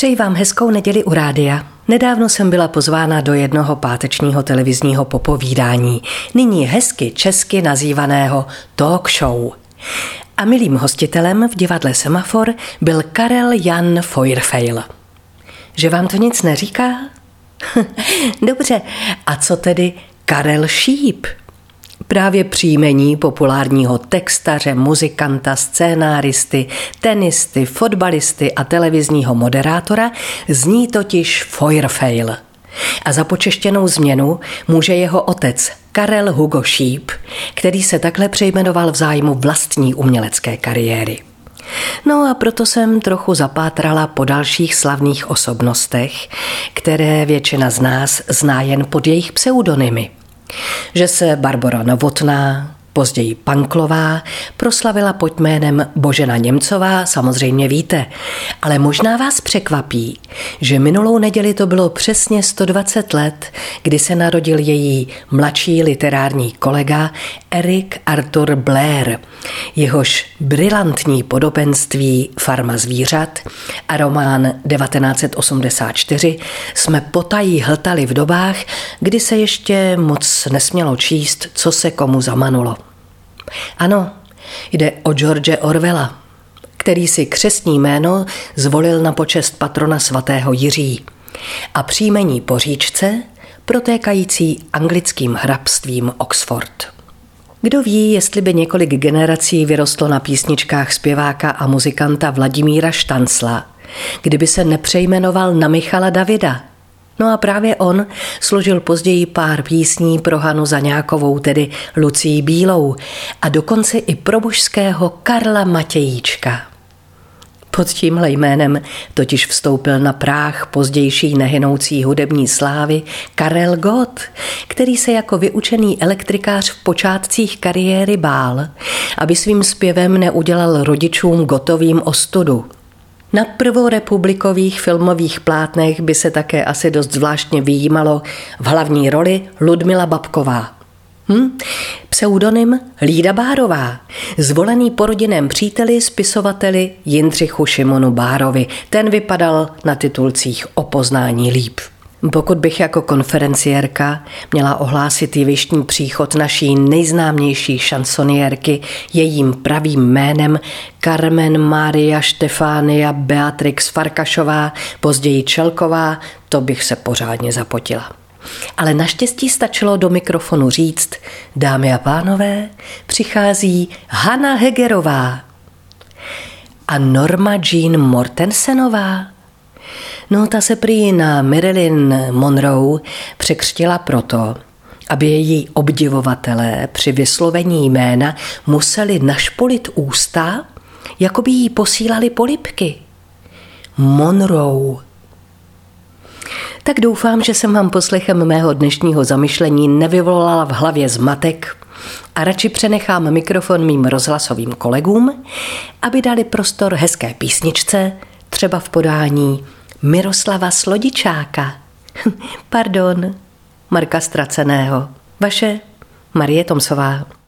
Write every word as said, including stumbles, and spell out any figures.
Přeji vám hezkou neděli u rádia. Nedávno jsem byla pozvána do jednoho pátečního televizního popovídání, nyní hezky česky nazývaného talk show. A milým hostitelem v divadle Semafor byl Karel Jan Feuerfeil. Že vám to nic neříká? Dobře, a co tedy Karel Šíp? Právě příjmení populárního textaře, muzikanta, scénáristy, tenisty, fotbalisty a televizního moderátora zní totiž Feuerfeil. A za počeštěnou změnu může jeho otec Karel Hugo Šíp, který se takhle přejmenoval v zájmu vlastní umělecké kariéry. No a proto jsem trochu zapátrala po dalších slavných osobnostech, které většina z nás zná jen pod jejich pseudonymy. Že se Barbora Novotná, později Panklová, proslavila pod jménem Božena Němcová, samozřejmě víte, ale možná vás překvapí, že minulou neděli to bylo přesně sto dvacet let, kdy se narodil její mladší literární kolega Eric Arthur Blair, jehož brilantní podobenství Farma zvířat a román devatenáct set osmdesát čtyři jsme potají hltali v dobách, kdy se ještě moc nesmělo číst, co se komu zamanulo. Ano, jde o George Orwella, který si křestní jméno zvolil na počest patrona svatého Jiří a příjmení po říčce protékající anglickým hrabstvím Oxford. Kdo ví, jestli by několik generací vyrostlo na písničkách zpěváka a muzikanta Vladimíra Štancla, kdyby se nepřejmenoval na Michala Davida. No a právě on složil později pár písní pro Hanu Zaňákovou, tedy Lucii Bílou, a dokonce i pro božského Karla Matějíčka. Pod tímhle jménem totiž vstoupil na práh pozdější nehynoucí hudební slávy Karel Gott, který se jako vyučený elektrikář v počátcích kariéry bál, aby svým zpěvem neudělal rodičům Gottovým ostudu. Na prvorepublikových filmových plátnech by se také asi dost zvláštně vyjímalo v hlavní roli Ludmila Babková. Hm? Pseudonym Lída Bárová, zvolený po rodinném příteli, spisovateli Jindřichu Šimonu Bárovi. Ten vypadal na titulcích o poznání líp. Pokud bych jako konferenciérka měla ohlásit jevištní příchod naší nejznámější šansoniérky jejím pravým jménem Carmen Maria Štefánia Beatrix Farkašová, později Čelková, to bych se pořádně zapotila. Ale naštěstí stačilo do mikrofonu říct: dámy a pánové, přichází Hana Hegerová a Norma Jean Mortensenová. No, ta se prý na Marilyn Monroe překřtila proto, aby její obdivovatelé při vyslovení jména museli našpolit ústa, jako by jí posílali polibky. Monroe. Tak doufám, že jsem vám poslechem mého dnešního zamyšlení nevyvolala v hlavě zmatek a radši přenechám mikrofon mým rozhlasovým kolegům, aby dali prostor hezké písničce, třeba v podání Miroslava Slodičáka. Pardon, Marka Ztraceného. Vaše Marie Tomsová.